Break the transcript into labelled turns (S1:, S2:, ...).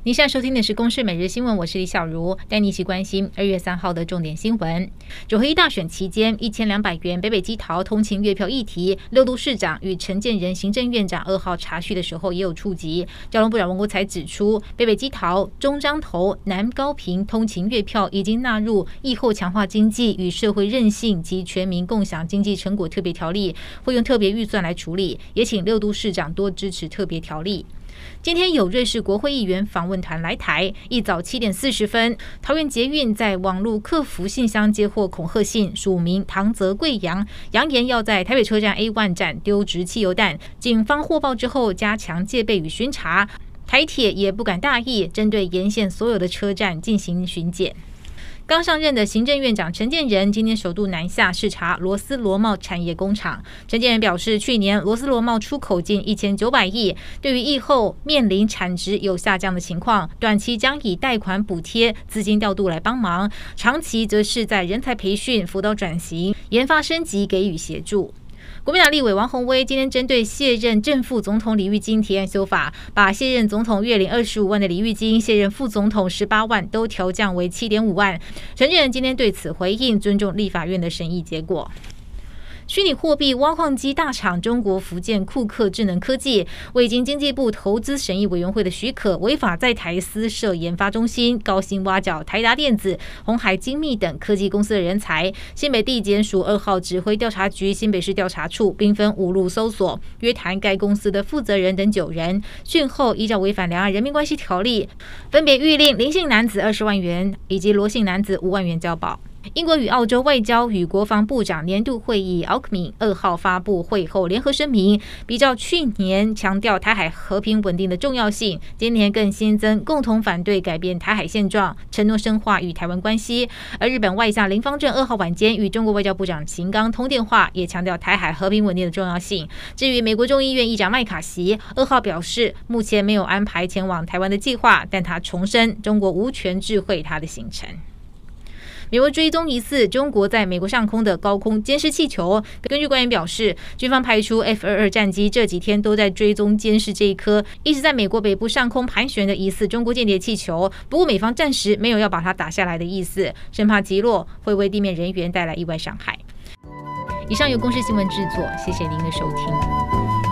S1: 您现在收听的是公视每日新闻，我是李小茹，带你一起关心2月3号的重点新闻。9合1大选期间，1200元北北基桃通勤月票议题，六都市长与陈建仁行政院长2号查叙的时候也有触及。交通部长王国材指出，北北基桃、中彰投、南高屏通勤月票已经纳入疫后强化经济与社会韧性及全民共享经济成果特别条例，会用特别预算来处理，也请六都市长多支持特别条例。今天有瑞士国会议员访问团来台，一早7点40分，桃园捷运在网络客服信箱接获恐吓信，署名唐泽贵阳，扬言要在台北车站 A1 站丢掷汽油弹。警方获报之后加强戒备与巡查，台铁也不敢大意，针对沿线所有的车站进行巡检。刚上任的行政院长陈建仁今天首度南下视察螺丝螺帽产业工厂。陈建仁表示，去年螺丝螺帽出口近1900亿，对于疫后面临产值有下降的情况，短期将以贷款补贴、资金调度来帮忙，长期则是在人才培训、辅导转型、研发升级给予协助。国民党立委王宏威今天针对卸任正副总统李玉金提案修法，把卸任总统月领25万的李玉金、卸任副总统18万都调降为7.5万。陈建仁今天对此回应，尊重立法院的审议结果。虚拟货币挖矿机大厂中国福建库克智能科技未经经济部投资审议委员会的许可，违法在台私设研发中心，高薪挖角台达电子、鸿海精密等科技公司的人才。新北地检署2号指挥调查局新北市调查处兵分5路搜索，约谈该公司的负责人等9人。讯后依照违反两岸人民关系条例，分别谕令林姓男子20万元以及罗姓男子5万元交保。英国与澳洲外交与国防部长年度会议奥克敏2号发布会后联合声明，比照去年强调台海和平稳定的重要性，今年更新增共同反对改变台海现状，承诺深化与台湾关系。而日本外相林芳正2号晚间与中国外交部长秦刚通电话，也强调台海和平稳定的重要性。至于美国众议院议长麦卡锡2号表示，目前没有安排前往台湾的计划，但他重申中国无权智慧他的行程。美国追踪疑似中国在美国上空的高空监视气球，根据官员表示，军方派出 F-22 战机这几天都在追踪监视这一颗一直在美国北部上空盘旋的疑似中国间谍气球，不过美方暂时没有要把它打下来的意思，生怕击落会为地面人员带来意外伤害。以上由公视新闻制作，谢谢您的收听。